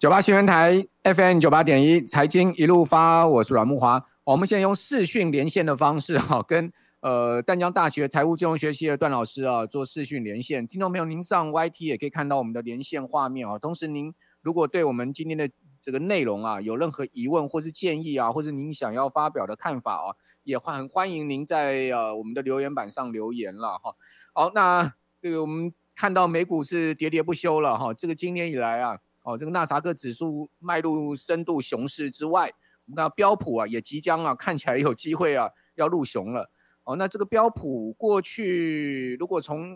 98新闻台 FM 98.1财经一路发，我是阮慕骅。我们现在用视讯连线的方式跟淡江大学财务金融学系的段老师做视讯连线。听众朋友，您上 YT 也可以看到我们的连线画面同时您如果对我们今天的这个内容有任何疑问或是建议或是您想要发表的看法也很欢迎您在我们的留言板上留言了好，那这个我们看到美股是喋喋不休了这个今年以来这个纳斯达克指数迈入深度熊市之外，我们看到标普也即将看起来有机会要入熊了那这个标普过去如果从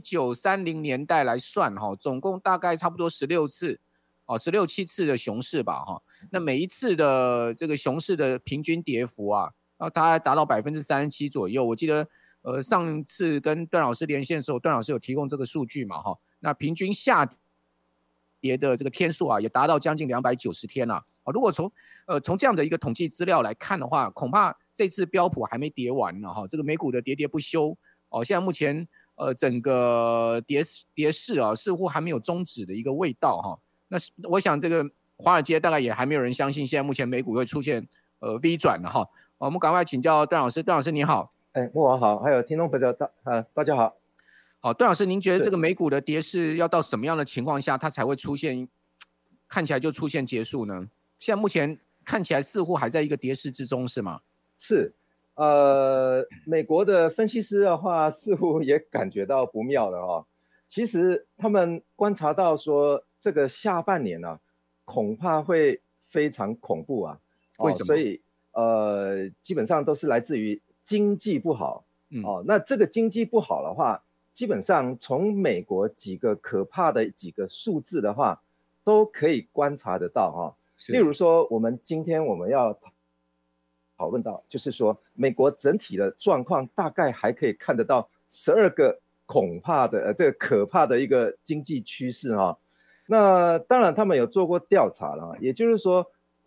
1930年代来算总共大概差不多16次16、17次的熊市吧那每一次的这个熊市的平均跌幅大概达到 37% 左右。我记得上一次跟段老师连线的时候，段老师有提供这个数据嘛那平均下跌的这个天数也达到将近290天如果从这样的一个统计资料来看的话，恐怕这次标普还没跌完呢这个美股的喋喋不休现在目前整个跌势似乎还没有终止的一个味道那我想这个华尔街大概也还没有人相信现在目前美股会出现V 转了我们赶快请教段老师。段老师你好。 慕骅好，还有听众朋友大家好。 好，段老师，您觉得这个美股的跌势要到什么样的情况下它才会出现，看起来就出现结束呢？现在目前看起来似乎还在一个跌势之中，是吗？ 是，美国的分析师的话似乎也感觉到不妙了其实他们观察到说，这个下半年恐怕会非常恐怖为什么？ 所以基本上都是来自于经济不好那这个经济不好的话，基本上从美国几个可怕的几个数字的话，都可以观察得到例如说，今天我们要讨论到，就是说美国整体的状况大概还可以看得到12个这个可怕的一个经济趋势那当然他们有做过调查了也就是说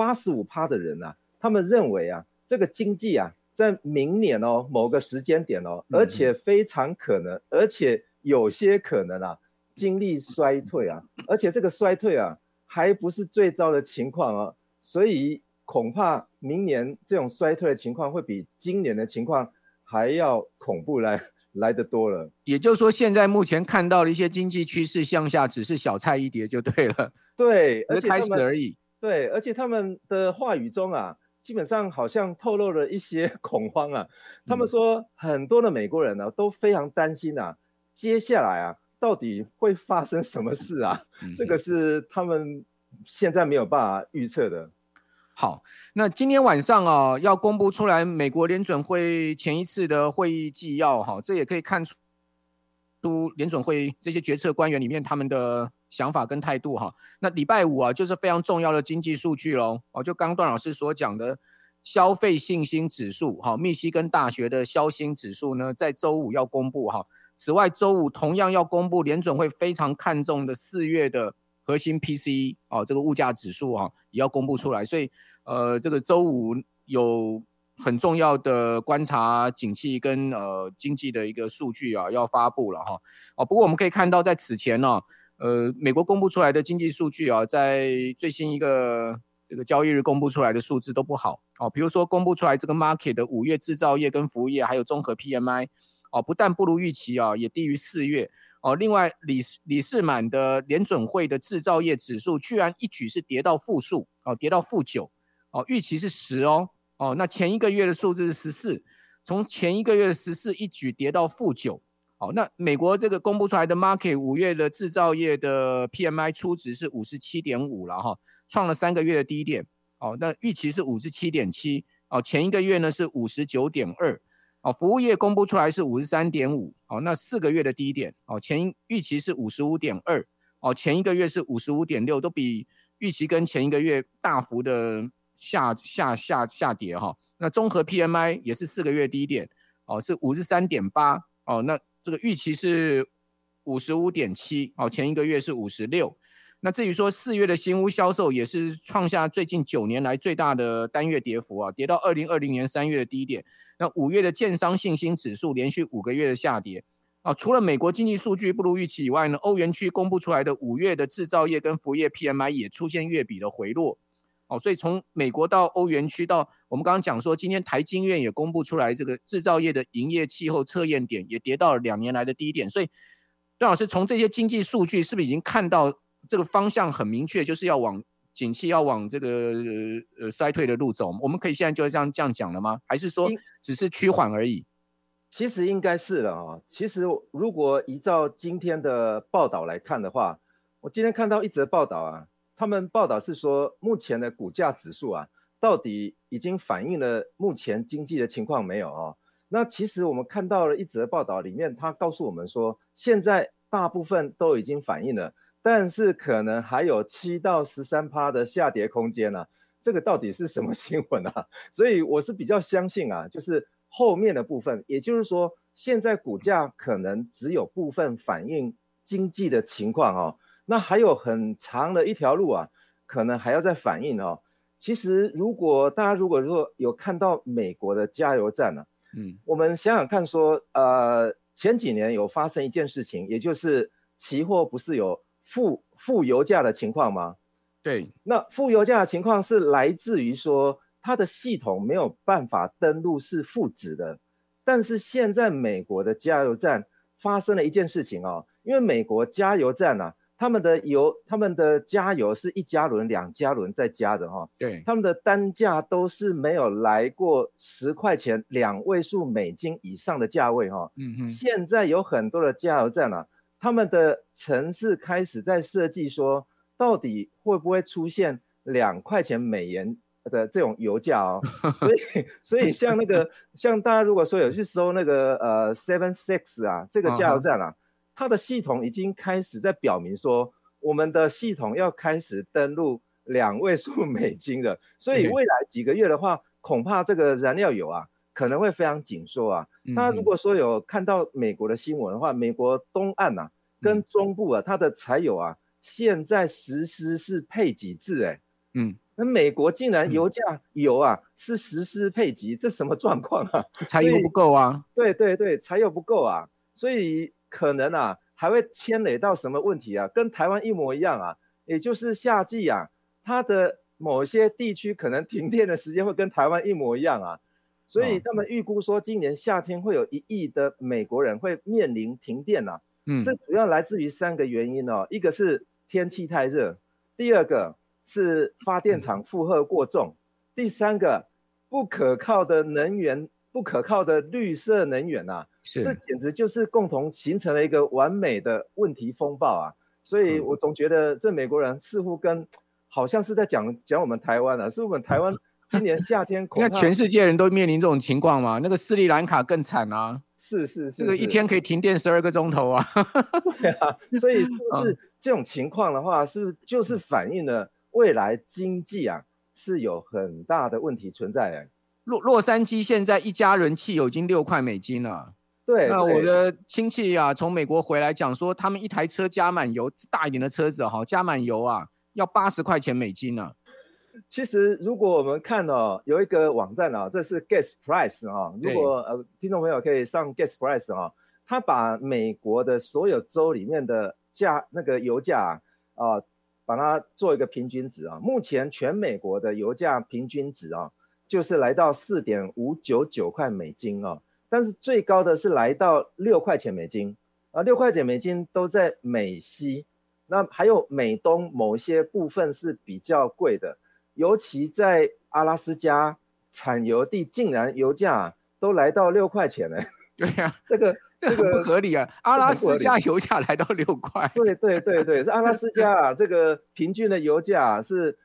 85% 的人他们认为这个经济在明年某个时间点而且非常可能，而且有些可能经历衰退而且这个衰退还不是最糟的情况所以恐怕明年这种衰退的情况会比今年的情况还要恐怖来得多了。 也就是说，现在目前看到的一些经济趋势向下，只是小菜一碟就对了。 对， 而且开始而已。 对，而且他们的话语中基本上好像透露了一些恐慌他们说很多的美国人都非常担心接下来到底会发生什么事这个是他们现在没有办法预测的。 好，那今天晚上要公布出来美国联准会前一次的会议纪要这也可以看出联准会这些决策官员里面他们的想法跟态度那礼拜五就是非常重要的经济数据咯就刚段老师所讲的消费信心指数密西根大学的消信指数呢在周五要公布此外周五同样要公布联准会非常看重的4月的核心 PCE 这个物价指数也要公布出来，所以这个周五有很重要的观察景气跟经济的一个数据要发布了不过我们可以看到在此前美国公布出来的经济数据在最新一个这个交易日公布出来的数字都不好比如说公布出来这个 market 的5月制造业跟服务业还有综合 PMI不但不如预期也低于4月另外李士满的联准会的制造业指数居然一举是跌到负数跌到负9预期是10那前一个月的数字是14，从前一个月的14一举跌到负9那美国这个公布出来的 market 5月的制造业的 PMI 初值是 57.5 了创了3个月的低点那预期是 57.7 前一个月呢是 59.2服务业公布出来是 53.5 那4个月的低点预期是 55.2 前一个月是 55.6 都比预期跟前一个月大幅的下跌那综合 PMI 也是4个月低点是 53.8 那这个预期是 55.7 前一个月是 56。那至于说4月的新屋销售也是创下最近9年来最大的单月跌幅跌到2020年3月的低点。那5月的建商信心指数连续5个月的下跌除了美国经济数据不如预期以外呢，欧元区公布出来的5月的制造业跟服务业 PMI 也出现月比的回落。所以从美国到欧元区到我们刚刚讲说，今天台经院也公布出来这个制造业的营业气候测验点也跌到了2年来的低点。所以段老师从这些经济数据是不是已经看到这个方向很明确，就是要往景气要往这个衰退的路走？我们可以现在就这样讲了吗？还是说只是趋缓而已？ 其实应该是了其实如果依照今天的报道来看的话，我今天看到一则报道他们报道是说目前的股价指数到底已经反映了目前经济的情况没有那其实我们看到了一则报道里面，他告诉我们说，现在大部分都已经反映了，但是可能还有7到13%的下跌空间这个到底是什么新闻所以我是比较相信就是后面的部分，也就是说现在股价可能只有部分反映经济的情况那还有很长的一条路可能还要再反映其实大家如果说有看到美国的加油站我们想想看说前几年有发生一件事情，也就是期货不是有负油价的情况吗？ 对， 那负油价的情况是来自于说它的系统没有办法登录是负值的，但是现在美国的加油站发生了一件事情因为美国加油站他们的加油是1加仑、2加仑再加的对， 他们的单价都是没有来过10块钱2位数美金以上的价位现在有很多的加油站他们的程式开始在设计说，到底会不会出现2块钱美元的这种油价所以像大家如果说有去搜那个76这个加油站它的系统已经开始在表明说，我们的系统要开始登录2位数美金了，所以未来几个月的话，恐怕这个燃料油可能会非常紧缩大家如果说有看到美国的新闻的话，美国东岸跟中部它的柴油现在实施是配给制那美国竟然油是实施配给，这什么状况柴油不够对对对，柴油不够所以可能还会牵累到什么问题跟台湾一模一样也就是夏季它的某些地区可能停电的时间会跟台湾一模一样所以他们预估说今年夏天会有1亿的美国人会面临停电这主要来自于3个原因一个是天气太热，第2个是发电厂负荷过重，第3个不可靠的能源，不可靠的绿色能源这简直就是共同形成了一个完美的问题风暴所以我总觉得这美国人似乎好像是在讲我们台湾是我们台湾今年夏天恐怕你看全世界人都面临这种情况嘛，那个斯里兰卡更惨是这个一天可以停电12个钟头对所以是不是这种情况的话，是不是就是反映了未来经济是有很大的问题存在洛杉矶现在1加仑汽油已经6块美金了。 对， 那我的亲戚从美国回来讲说，他们一台车加满油，大一点的车子加满油要80块钱美金呢。 其实如果我们看有一个网站这是 Gas Price 如果听众朋友可以上 Gas Price 他把美国的所有州里面的那个油价把它做一个平均值目前全美国的油价平均值就是来到 4.599 块美金但是最高的是来到6块钱美金6块钱美金都在美西，那还有美东某些部分是比较贵的，尤其在阿拉斯加产油地竟然油价都来到6块钱对这个很不合理阿拉斯加油价来到6块。 对对对对，阿拉斯加这个平均的油价是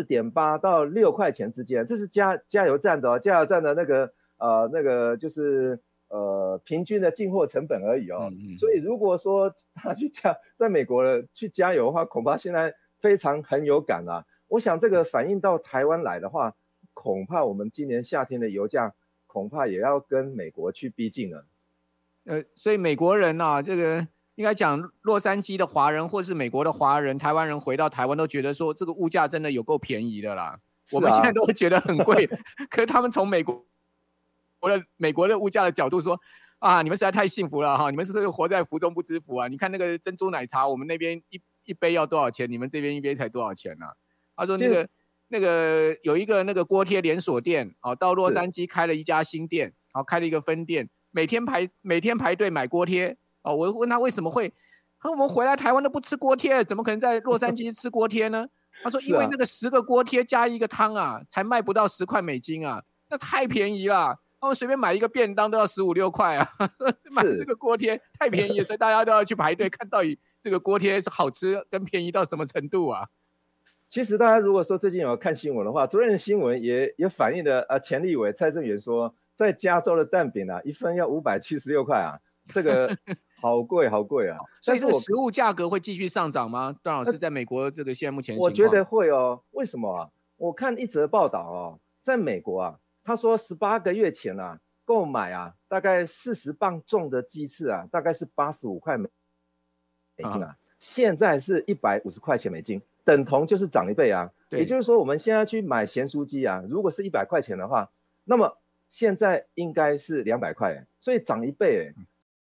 4.8到6块钱之间，这是加油站的加油站的那个就是平均的进货成本而已所以如果说他在美国去加油的话，恐怕现在非常很有感我想这个反映到台湾来的话，恐怕我们今年夏天的油价恐怕也要跟美国去逼近了。 所以美国人这个应该讲洛杉矶的华人或是美国的华人、台湾人回到台湾都觉得说这个物价真的有够便宜的啦。我们现在都觉得很贵，可是他们从美国的物价的角度说， 啊，你们实在太幸福了哈！你们是活在福中不知福啊！你看那个珍珠奶茶，我们那边一杯要多少钱？你们这边一杯才多少钱呢、啊？他说那个有一个那个锅贴连锁店，哦，到洛杉矶开了一家新店，好、开了一个分店，每天排队买锅贴。哦，我问他为什么会，我们回来台湾都不吃锅贴，怎么可能在洛杉矶吃锅贴呢？他说因为那个10个锅贴加一个汤啊，才卖不到$10啊，那太便宜了。他们随便买一个便当都要15、16块啊，买这个锅贴太便宜了，所以大家都要去排队看到底这个锅贴是好吃跟便宜到什么程度啊？ 其实大家如果说最近有看新闻的话，昨天的新闻也反映了前立委蔡正元说，在加州的蛋饼啊，一份要576块啊，这个好贵好贵啊！ 所以这个食物价格会继续上涨吗？段老师，在美国这个现在目前的情况， 我觉得会哦。为什么啊？我看一则报道哦，在美国啊，他说18个月前啊，购买啊大概40磅重的鸡翅啊，大概是85块美金啊，现在是150块钱美金，等同就是涨1倍啊。也就是说，我们现在去买咸酥鸡啊，如果是100块钱的话，那么现在应该是200块，所以涨1倍哎。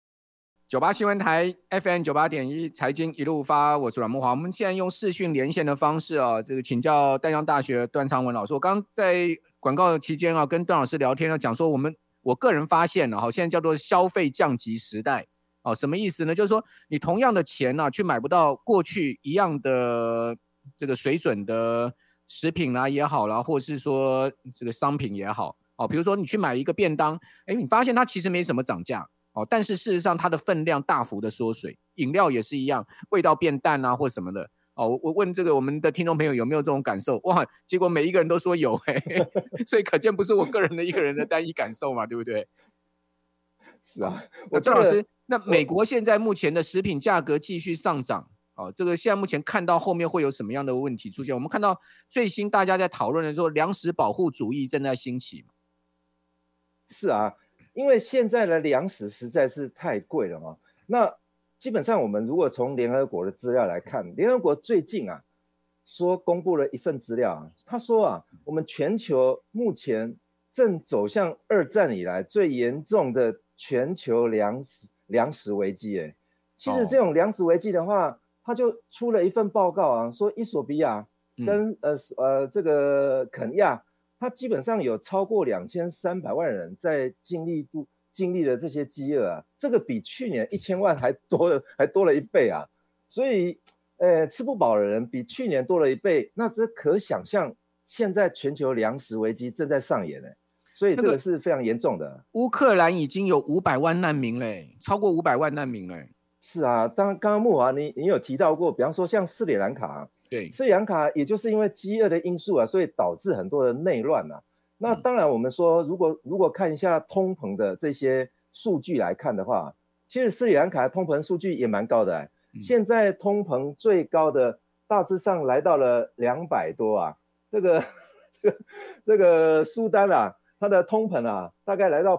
98新闻台 FM 98.1财经一路发，我是阮慕骅。我们现在用视讯连线的方式啊，这个请教淡江大学段昌文老师。我刚在广告期间啊，跟段老师聊天讲说我个人发现了现在叫做消费降级时代什么意思呢？就是说你同样的钱去买不到过去一样的这个水准的食品啦也好啦，或者是说这个商品也好比如说你去买一个便当，你发现它其实没什么涨价。但是事实上它的分量大幅的缩水，饮料也是一样，味道变淡啊或什么的。我问这个我们的听众朋友有没有这种感受？哇，结果每一个人都说有所以可见不是我个人的一个人的单一感受嘛，对不对？ 是啊， 段老师，那美国现在目前的食品价格继续上涨，这个现在目前看到后面会有什么样的问题出现？我们看到最新大家在讨论的说，粮食保护主义正在兴起。 是啊。因为现在的粮食实在是太贵了嘛，那基本上我们如果从联合国的资料来看，联合国最近啊说公布了一份资料啊，他说啊，我们全球目前正走向2战以来最严重的全球粮食危机。哎，其实这种粮食危机的话，他就出了一份报告啊，说伊索比亚跟这个肯亚。它基本上有超过2300万人在经历了这些饥饿啊，这个比去年1000万还多了1倍啊，所以吃不饱的人比去年多了1倍，那这可想象现在全球粮食危机正在上演所以这个是非常严重的。 乌克兰已经有500万难民嘞，超过500万难民嘞。 是啊，刚刚慕骅你有提到过，比方说像斯里兰卡对， 斯里兰卡也就是因为饥饿的因素啊，所以导致很多的内乱啊。那当然，我们说如果看一下通膨的这些数据来看的话，其实斯里兰卡的通膨数据也蛮高的。现在通膨最高的大致上来到了200多啊。这个苏丹啊，它的通膨啊大概来到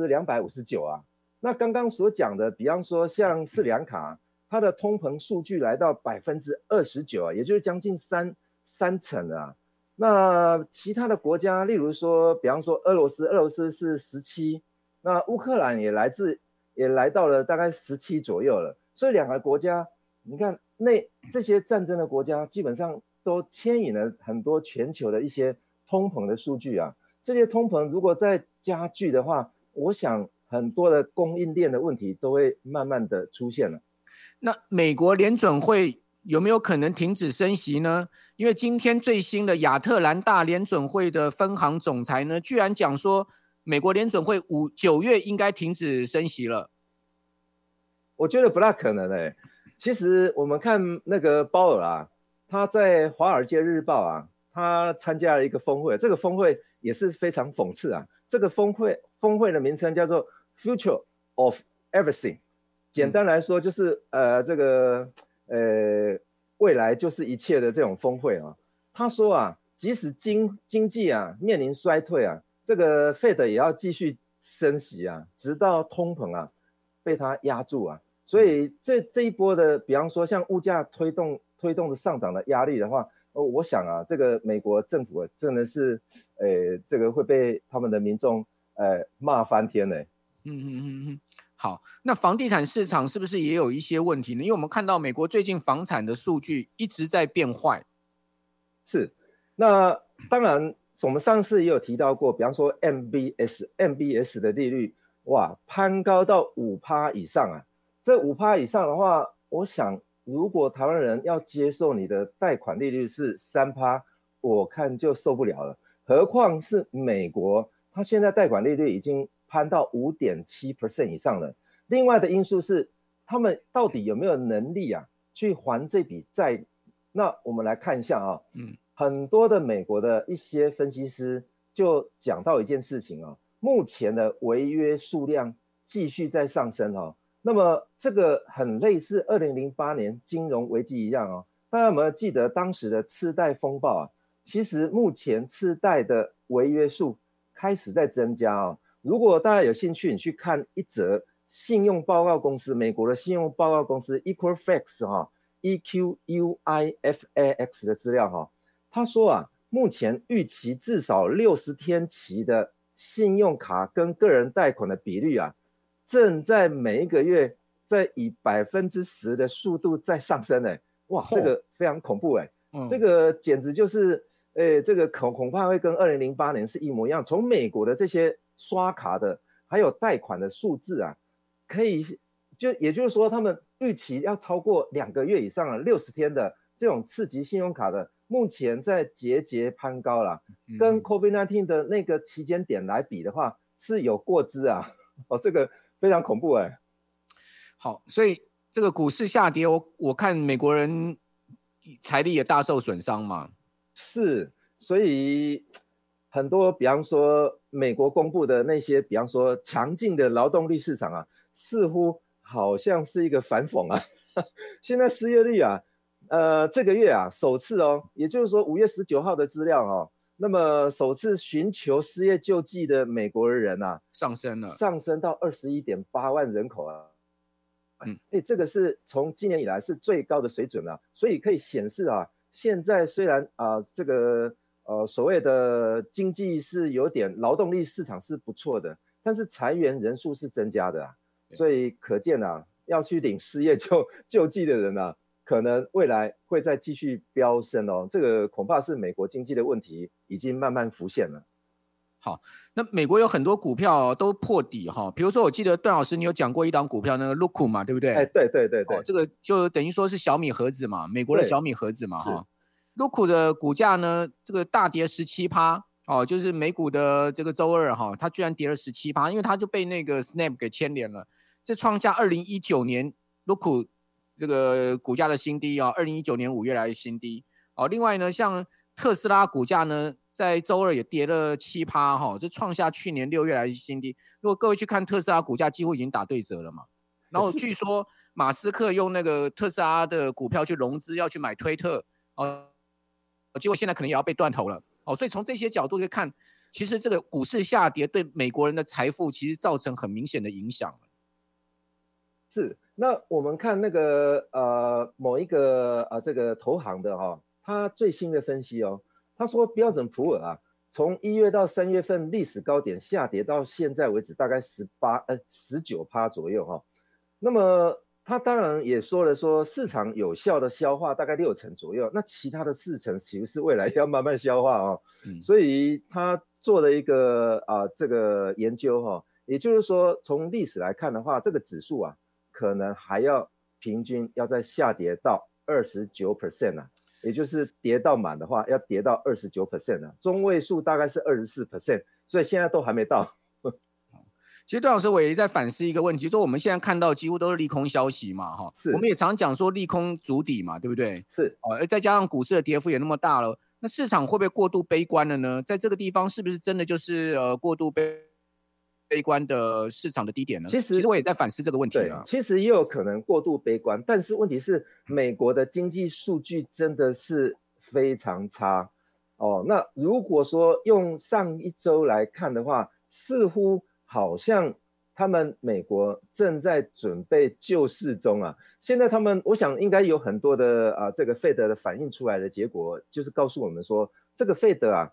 259%啊。那刚刚所讲的，比方说像斯里兰卡，它的通膨数据来到29%啊，也就是将近三成啊。那其他的国家，例如说，比方说俄罗斯是17，那乌克兰也来到了大概17左右了。所以两个国家，你看这些战争的国家，基本上都牵引了很多全球的一些通膨的数据啊。这些通膨如果再加剧的话，我想很多的供应链的问题都会慢慢的出现了。 那美国联准会有没有可能停止升息呢？因为今天最新的亚特兰大联准会的分行总裁呢，居然讲说美国联准会9月应该停止升息了。 我觉得不大可能其实我们看那个鲍尔啊，他在《华尔街日报》啊，他参加了一个峰会，这个峰会也是非常讽刺啊。这个峰会的名称叫做 Future of Everything， 简单来说就是这个未来就是一切的这种峰会啊。他说啊，即使经济啊面临衰退啊，这个 Fed 也要继续升息啊，直到通膨啊被它压住啊。所以这一波的，比方说像物价推动的上涨的压力的话，我想啊，这个美国政府真的是，这个会被他们的民众骂翻天好，那房地产市场是不是也有一些问题呢？因为我们看到美国最近房产的数据一直在变坏。 是，那当然，我们上次也有提到过，比方说 MBS 的利率，哇，攀高到5%以上啊。这5%以上的话，我想如果台湾人要接受你的贷款利率是3%，我看就受不了了。何况是美国，它现在贷款利率已经攀到5.7% 以上了。另外的因素是，他们到底有没有能力啊，去还这笔债？那我们来看一下啊，很多的美国的一些分析师就讲到一件事情啊，目前的违约数量继续在上升啊。那么这个很类似2008年金融危机一样啊，大家有没有记得当时的次贷风暴啊？其实目前次贷的违约数开始在增加啊。如果大家有兴趣，你去看一则信用报告公司，美国的信用报告公司 Equifax 哈，EQUIFAX 的资料哈，他说啊，目前预期至少60天期的信用卡跟个人贷款的比率啊，正在每一个月在以10%的速度在上升呢。哇，这个非常恐怖哎，这个简直就是，这个恐怕会跟2008年是一模一样。从美国的这些刷卡的还有贷款的数字啊，可以也就是说，他们预期要超过2个月以上了，60天的这种次级信用卡的，目前在节节攀高了，跟 COVID-19 的那个期间点来比的话，是有过之啊。哦，这个非常恐怖哎。 好，所以这个股市下跌，我看美国人财力也大受损伤嘛。 是，所以很多，比方说美国公布的那些，比方说强劲的劳动力市场啊，似乎好像是一个反讽啊。现在失业率啊，这个月啊首次哦，也就是说5月19号的资料哦，那么首次寻求失业救济的美国人啊， 上升到21.8万人口啊。这个是从今年以来是最高的水准了，所以可以显示啊，现在虽然这个所谓的经济是有点劳动力市场是不错的，但是裁员人数是增加的啊，所以可见啊，要去领失业救济的人啊，可能未来会再继续飙升哦。这个恐怕是美国经济的问题已经慢慢浮现了。 好，那美国有很多股票都破底哈，比如说我记得段老师你有讲过一档股票那个 Roku 嘛，对不对？ 对， 这个就等于说是小米盒子嘛，美国的小米盒子嘛哈。Roku 的股价呢，这个大跌17%哦，就是美股的这个周二哈，它居然跌了17%，因为它就被那个 Snap 给牵连了，这创下2019年 Roku 这个股价的新低啊，2019年5月来的新低哦。另外呢，像特斯拉股价呢，在周二也跌了7%哈，这创下去年6月来的新低。如果各位去看特斯拉股价，几乎已经打对折了嘛。然后据说马斯克用那个特斯拉的股票去融资，要去买推特结果现在可能也要被断头了哦。所以从这些角度去看，其实这个股市下跌对美国人的财富其实造成很明显的影响。 是，那我们看那个某一个这个投行的他最新的分析哦，他说标准普尔啊，从1月到3月份历史高点下跌到现在为止大概19%左右哈。那么他当然也说了，说市场有效的消化大概60%左右，那其他的40%其实是未来要慢慢消化哦。所以他做了一个这个研究哈，也就是说从历史来看的话，这个指数啊可能还要平均要再下跌到29%啊，也就是跌到满的话要跌到29%啊，中位数大概是24%，所以现在都还没到。 其实段老师我也在反思一个问题，就是说我们现在看到几乎都是利空消息嘛，哈，我们也常讲说利空筑底嘛，对不对？ 是再加上股市的跌幅也那么大了，那市场会不会过度悲观了呢？在这个地方是不是真的就是过度悲观的市场的低点呢？其实我也在反思这个问题了。 其实也有可能过度悲观，但是问题是美国的经济数据真的是非常差哦。那如果说用上一周来看的话，似乎好像他们美国正在准备救市中啊。现在他们我想应该有很多的这个Fed的反映出来的结果，就是告诉我们说，这个Fed啊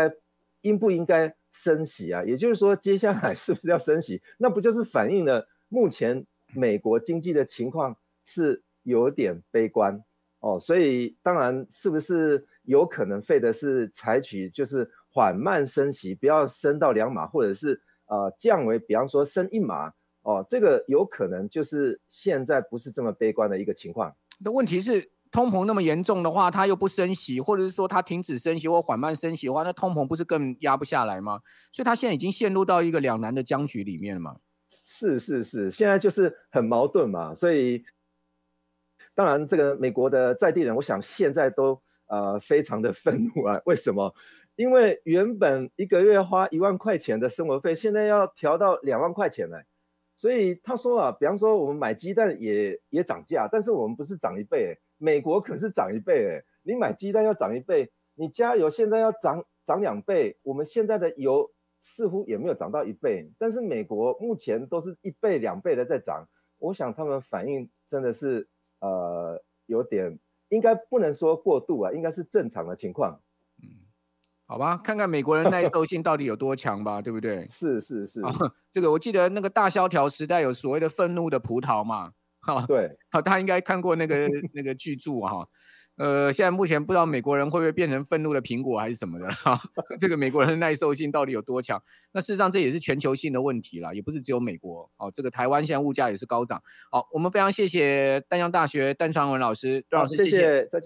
应不应该升息啊？也就是说接下来是不是要升息？那不就是反映了目前美国经济的情况是有点悲观哦，所以当然是不是有可能Fed是采取就是缓慢升息，不要升到2码，或者是降为比方说升1码哦，这个有可能就是现在不是这么悲观的一个情况。 的问题是通膨那么严重的话，它又不升息，或者是说它停止升息或缓慢升息的话，那通膨不是更压不下来吗？所以它现在已经陷入到一个两难的僵局里面了嘛。 是，现在就是很矛盾嘛，所以当然这个美国的在地人，我想现在都非常的愤怒啊。为什么？因为原本1个月花1万块钱的生活费，现在要调到2万块钱了。所以他说啊，比方说我们买鸡蛋也涨价，但是我们不是涨1倍，美国可是涨1倍，你买鸡蛋要涨1倍，你加油现在要涨2倍，我们现在的油似乎也没有涨到1倍，但是美国目前都是1倍2倍的在涨，我想他们反应真的是有点，应该不能说过度啊，应该是正常的情况。 好吧，看看美国人耐受性到底有多强吧，对不对？ 是、 这个我记得那个大萧条时代有所谓的愤怒的葡萄嘛， 对， 大家应该看过那个巨著哈。现在目前不知道美国人会不会变成愤怒的苹果还是什么的哈。这个美国人的耐受性到底有多强？那事实上这也是全球性的问题啦，也不是只有美国。这个台湾现在物价也是高涨。好，我们非常谢谢淡江大学段传文老师，段老师谢谢。 再见。